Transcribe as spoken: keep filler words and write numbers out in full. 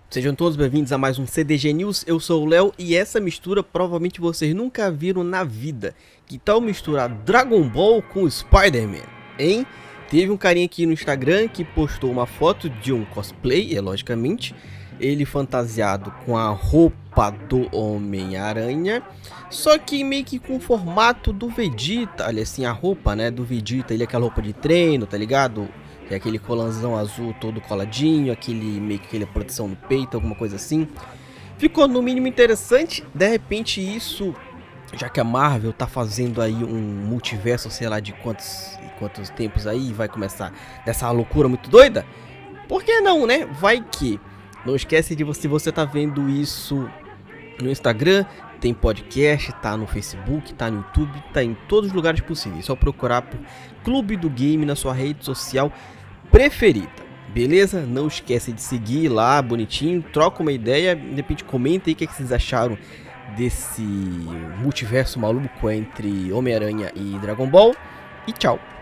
Sejam todos bem-vindos a mais um C D G News, eu sou o Léo e essa mistura provavelmente vocês nunca viram na vida. Que tal misturar Dragon Ball com Spider-Man, hein? Teve um carinha aqui no Instagram que postou uma foto de um cosplay, é logicamente, ele fantasiado com a roupa do Homem-Aranha, só que meio que com o formato do Vegeta, olha assim, a roupa, né, do Vegeta, ele é aquela roupa de treino, tá ligado? É aquele colanzão azul todo coladinho, aquele meio que aquela proteção no peito, alguma coisa assim. Ficou no mínimo interessante, de repente isso, já que a Marvel tá fazendo aí um multiverso, sei lá de quantos, quantos tempos aí, vai começar dessa loucura muito doida, por que não, né? Vai que... Não esquece de você, se você tá vendo isso no Instagram, tem podcast, tá no Facebook, tá no YouTube, tá em todos os lugares possíveis. É só procurar por Clube do Game na sua rede social preferida, beleza? Não esquece de seguir lá, bonitinho, troca uma ideia, de repente comenta aí o que, é que vocês acharam desse multiverso maluco entre Homem-Aranha e Dragon Ball. E tchau!